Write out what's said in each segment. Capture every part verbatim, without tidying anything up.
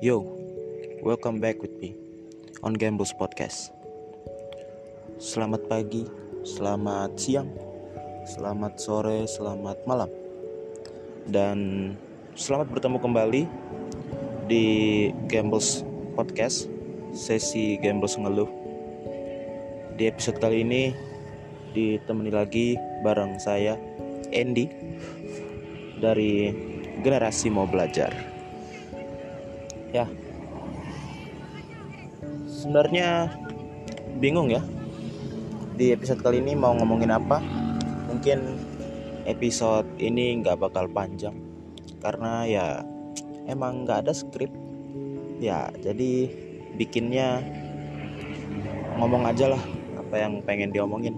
Yo, welcome back with me on Gambles Podcast. Selamat pagi, selamat siang, selamat sore, selamat malam, dan selamat bertemu kembali di Gambles Podcast, sesi Gambles ngeluh. Di episode kali ini ditemani lagi bareng saya, Andy, dari Generasi Mau Belajar. Ya, sebenarnya bingung ya di episode kali ini mau ngomongin apa. Mungkin episode ini gak bakal panjang karena ya emang gak ada skrip. Ya jadi bikinnya ngomong aja lah apa yang pengen diomongin.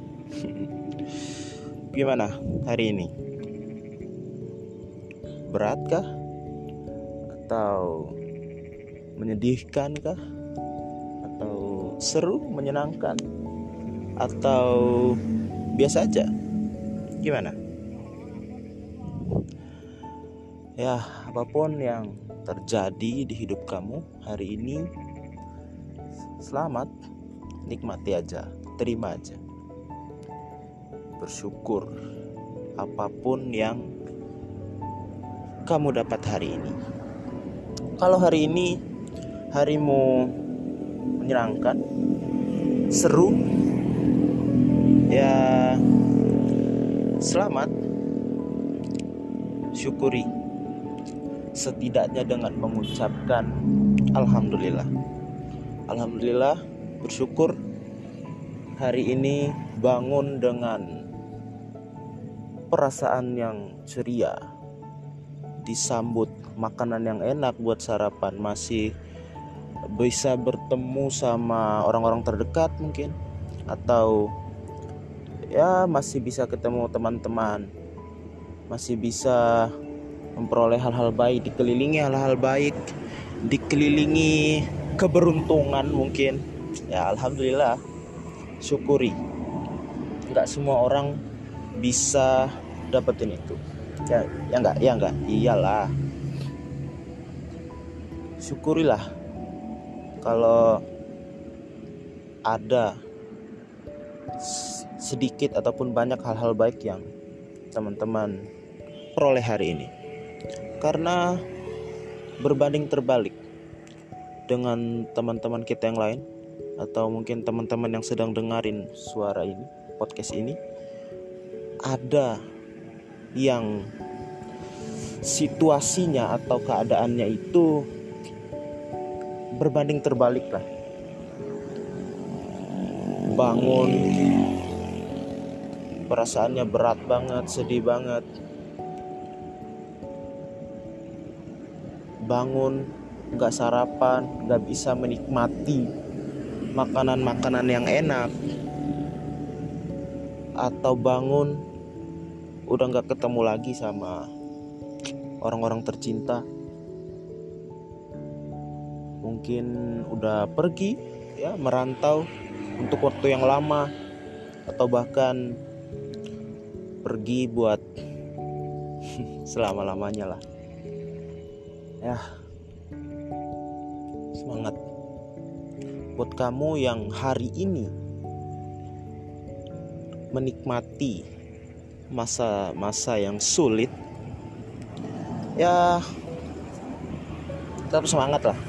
Gimana hari ini? Beratkah? Atau menyedihkan kah? Atau seru, menyenangkan? Atau biasa aja? Gimana? Ya, apapun yang terjadi di hidup kamu hari ini, selamat, nikmati aja, terima aja, bersyukur apapun yang kamu dapat hari ini. Kalau hari ini harimu menyenangkan, seru, ya selamat, syukuri. Setidaknya dengan mengucapkan Alhamdulillah. Alhamdulillah, bersyukur hari ini bangun dengan perasaan yang ceria, disambut makanan yang enak buat sarapan, masih bisa bertemu sama orang-orang terdekat mungkin, atau ya masih bisa ketemu teman-teman, masih bisa memperoleh hal-hal baik, dikelilingi hal-hal baik, dikelilingi keberuntungan mungkin. Ya alhamdulillah, syukuri. Nggak semua orang bisa dapetin itu. Ya, ya enggak, ya enggak, iyalah. Syukurilah kalau ada sedikit ataupun banyak hal-hal baik yang teman-teman peroleh hari ini. Karena berbanding terbalik dengan teman-teman kita yang lain, atau mungkin teman-teman yang sedang dengerin suara ini, podcast ini, ada yang situasinya atau keadaannya itu berbanding terbalik lah. Bangun, perasaannya berat banget, sedih banget. Bangun, gak sarapan, gak bisa menikmati makanan-makanan yang enak. Atau bangun, udah gak ketemu lagi sama orang-orang tercinta. Mungkin udah pergi ya, merantau untuk waktu yang lama, atau bahkan pergi buat selama-lamanya lah. Ya, semangat buat kamu yang hari ini menikmati masa-masa yang sulit. Ya, tetap semangat lah.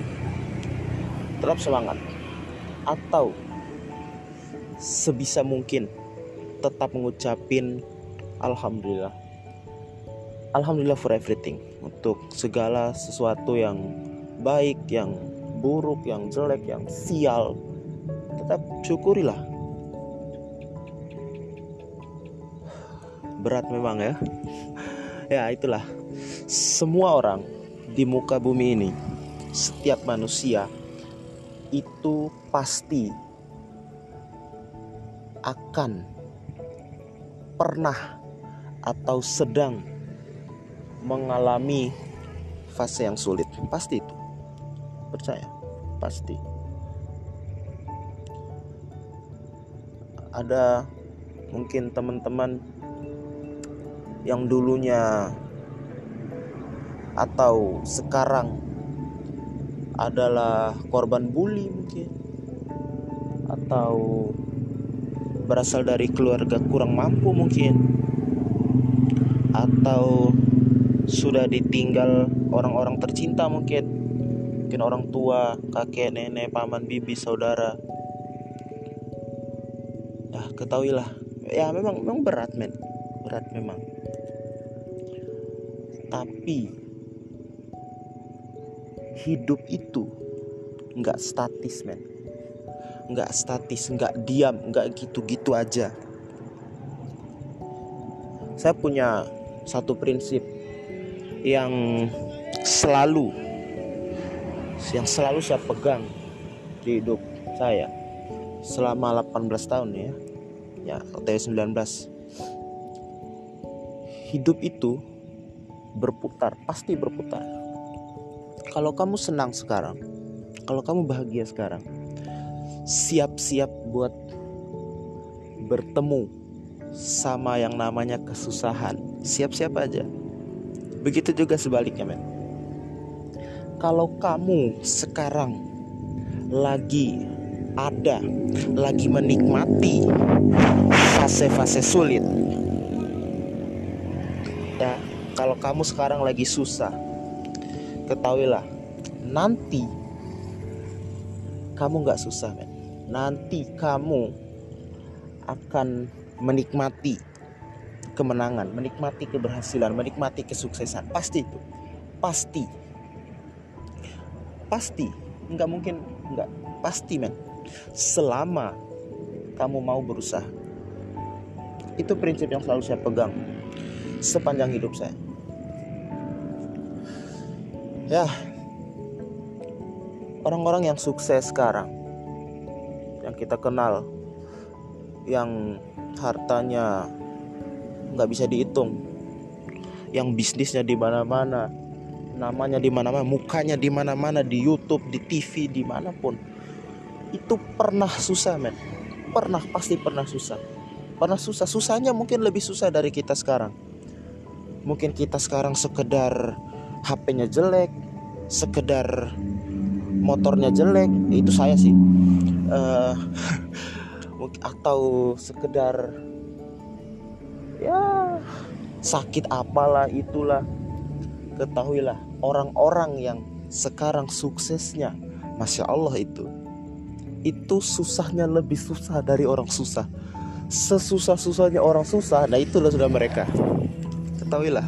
Tetap semangat. Atau sebisa mungkin tetap mengucapin Alhamdulillah. Alhamdulillah for everything. Untuk segala sesuatu yang baik, yang buruk, yang jelek, yang sial, tetap syukurilah. Berat memang ya. Ya itulah, semua orang di muka bumi ini, setiap manusia itu pasti akan pernah atau sedang mengalami fase yang sulit. Pasti itu, percaya, pasti. Ada mungkin teman-teman yang dulunya atau sekarang adalah korban bully mungkin, atau berasal dari keluarga kurang mampu mungkin, atau sudah ditinggal orang-orang tercinta mungkin, mungkin orang tua, kakek, nenek, paman, bibi, saudara. Ya ketahuilah, ya memang memang berat men, berat memang. Tapi hidup itu nggak statis men, nggak statis, nggak diam, nggak gitu-gitu aja. Saya punya satu prinsip yang selalu yang selalu saya pegang di hidup saya selama delapan belas tahun ya. Ya, O T W sembilan belas. Hidup itu berputar, pasti berputar. Kalau kamu senang sekarang, kalau kamu bahagia sekarang, siap-siap buat bertemu sama yang namanya kesusahan. Siap-siap aja. Begitu juga sebaliknya men. Kalau kamu sekarang lagi ada, lagi menikmati fase-fase sulit, ya, kalau kamu sekarang lagi susah, ketahuilah nanti kamu gak susah men. Nanti kamu akan menikmati kemenangan, menikmati keberhasilan, menikmati kesuksesan. Pasti itu, pasti, pasti, nggak mungkin nggak, pasti men. Selama kamu mau berusaha, itu prinsip yang selalu saya pegang sepanjang hidup saya. Ya, orang-orang yang sukses sekarang, yang kita kenal, yang hartanya nggak bisa dihitung, yang bisnisnya di mana-mana, namanya di mana-mana, mukanya di mana-mana, di YouTube, di T V, dimanapun, itu pernah susah men, pernah, pasti pernah susah, pernah susah. Susahnya mungkin lebih susah dari kita sekarang. Mungkin kita sekarang sekedar H P-nya jelek, sekedar motornya jelek, itu saya sih, uh, atau sekedar ya sakit apalah itulah. Ketahuilah orang-orang yang sekarang suksesnya, Masya Allah, itu itu susahnya lebih susah dari orang susah. Sesusah-susahnya orang susah, nah itulah sudah mereka. Ketahuilah,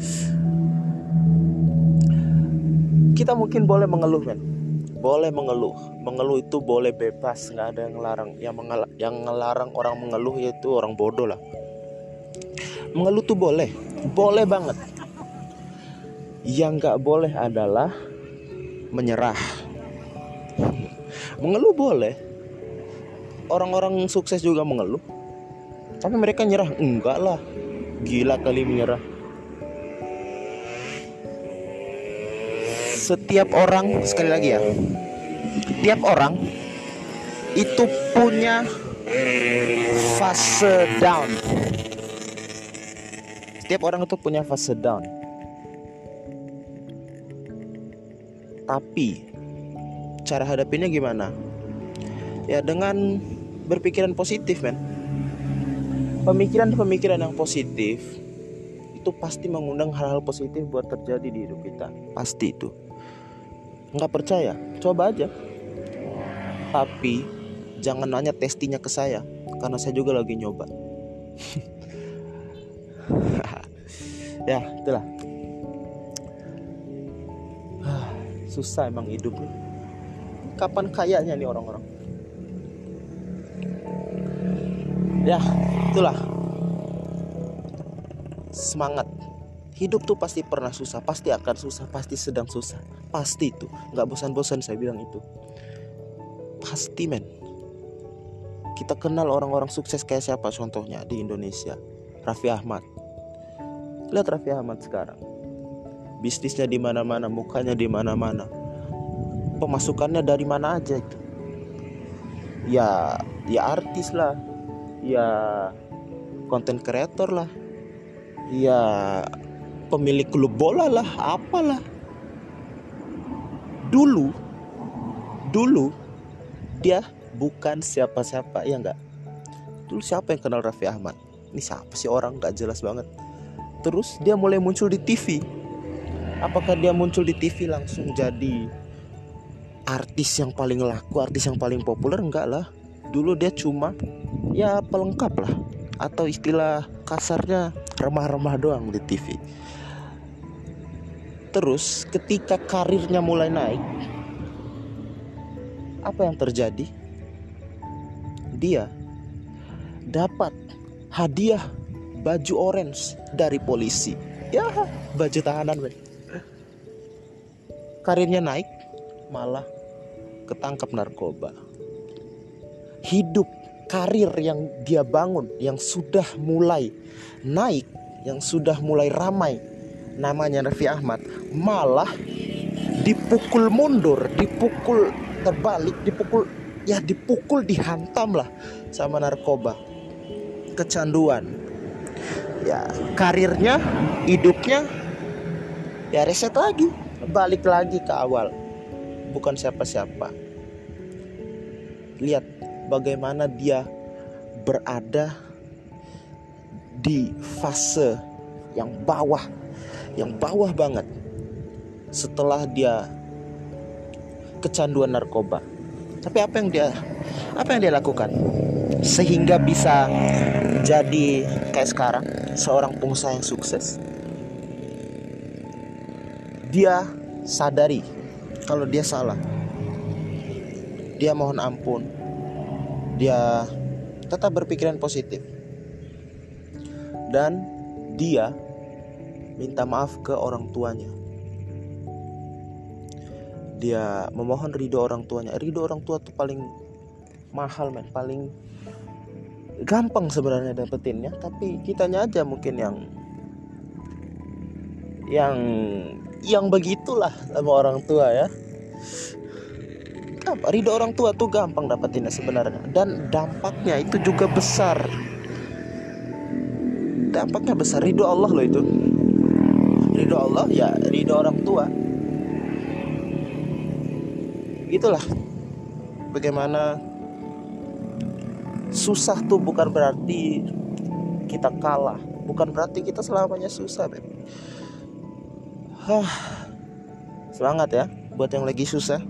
kita mungkin boleh mengeluh kan, boleh mengeluh, mengeluh itu boleh bebas, nggak ada yang ngelarang. Yang mengel- yang ngelarang orang mengeluh yaitu orang bodoh lah. Mengeluh tuh boleh, boleh banget. Yang nggak boleh adalah menyerah. Mengeluh boleh, orang-orang sukses juga mengeluh, tapi mereka nyerah? Enggak lah, gila kali menyerah. Setiap orang, sekali lagi ya, tiap orang itu punya fase down. Setiap orang itu punya fase down. Tapi cara hadapinnya gimana? Ya dengan berpikiran positif men. Pemikiran-pemikiran yang positif itu pasti mengundang hal-hal positif buat terjadi di hidup kita. Pasti itu. Nggak percaya? Coba aja. Tapi jangan nanya testinya ke saya, karena saya juga lagi nyoba. Ya itulah. Susah emang hidup nih. Kapan kayanya nih orang-orang? Ya itulah. Semangat. Hidup tuh pasti pernah susah, pasti akan susah, pasti sedang susah, pasti itu. Gak bosan-bosan saya bilang itu. Pasti men. Kita kenal orang-orang sukses kayak siapa contohnya di Indonesia? Raffi Ahmad. Lihat Raffi Ahmad sekarang. Bisnisnya di mana-mana, mukanya di mana-mana. Pemasukannya dari mana aja itu? Ya, ya artis lah. Ya konten kreator lah. Ya pemilik klub bola lah, apalah. Dulu Dulu dia bukan siapa-siapa, ya enggak? Dulu siapa yang kenal Raffi Ahmad? Ini siapa sih orang, gak jelas banget. Terus dia mulai muncul di T V. Apakah dia muncul di T V langsung jadi artis yang paling laku, artis yang paling populer? Enggak lah. Dulu dia cuma ya pelengkap lah, atau istilah kasarnya remah-remah doang di T V. Terus ketika karirnya mulai naik, apa yang terjadi? Dia dapat hadiah baju orange dari polisi. Ya, baju tahanan, men. Karirnya naik, malah ketangkap narkoba. Hidup karir yang dia bangun, yang sudah mulai naik, yang sudah mulai ramai, namanya Raffi Ahmad, malah dipukul mundur, dipukul terbalik, dipukul ya dipukul dihantam lah sama narkoba, kecanduan. Ya, karirnya, hidupnya ya reset lagi, balik lagi ke awal, bukan siapa-siapa. Lihat bagaimana dia berada di fase yang bawah, yang bawah banget setelah dia kecanduan narkoba. Tapi apa yang dia apa yang dia lakukan sehingga bisa jadi kayak sekarang, seorang pengusaha yang sukses? Dia sadari kalau dia salah. Dia mohon ampun. Dia tetap berpikiran positif. Dan dia minta maaf ke orang tuanya. Dia memohon ridho orang tuanya. Ridho orang tua tuh paling mahal, men, paling gampang sebenarnya dapetinnya, tapi kitanya aja mungkin yang yang yang begitulah sama orang tua ya. Ridho orang tua tuh gampang dapetinnya sebenarnya, dan dampaknya itu juga besar. Dampaknya besar. Ridho Allah loh itu. Ridho Allah ya ridho orang tua. Itulah bagaimana susah tuh bukan berarti kita kalah, bukan berarti kita selamanya susah, beb. Hah, semangat ya buat yang lagi susah.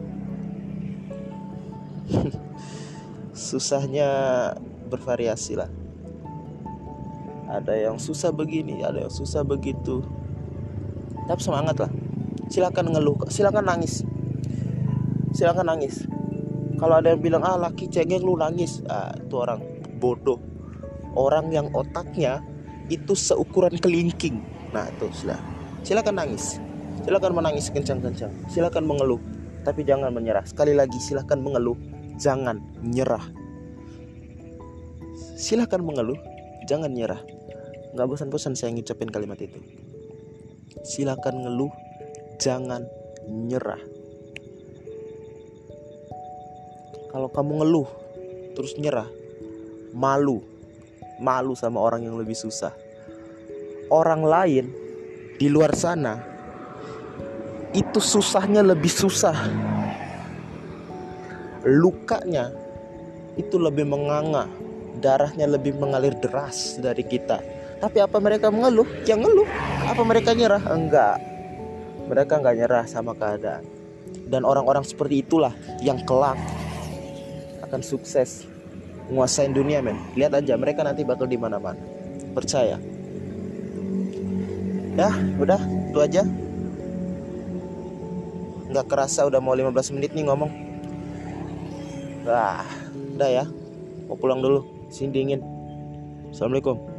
Susahnya bervariasi lah. Ada yang susah begini, ada yang susah begitu. Tapi semangat lah. Silakan ngeluh, silakan nangis. Silakan nangis. Kalau ada yang bilang ah laki cengeng lu nangis, ah, itu orang bodoh. Orang yang otaknya itu seukuran kelingking. Nah itu sudah. Silakan nangis. Silakan menangis kencang-kencang. Silakan mengeluh, tapi jangan menyerah. Sekali lagi silakan mengeluh, jangan nyerah. Silakan mengeluh, jangan nyerah. Gak bosan-bosan saya ngucapin kalimat itu. Silakan ngeluh, jangan nyerah. Kalau kamu ngeluh terus nyerah, malu. Malu sama orang yang lebih susah. Orang lain di luar sana itu susahnya lebih susah. Lukanya itu lebih menganga, darahnya lebih mengalir deras dari kita. Tapi apa mereka mengeluh? Yang ngeluh. Apa mereka nyerah? Enggak. Mereka enggak nyerah sama keadaan. Dan orang-orang seperti itulah yang kelak akan sukses nguasain dunia, men. Lihat aja mereka nanti bakal di mana-mana. Percaya. Ya, udah, itu aja. Enggak kerasa udah mau lima belas menit nih ngomong. Wah, udah ya. Mau pulang dulu. Sini dingin. Assalamualaikum.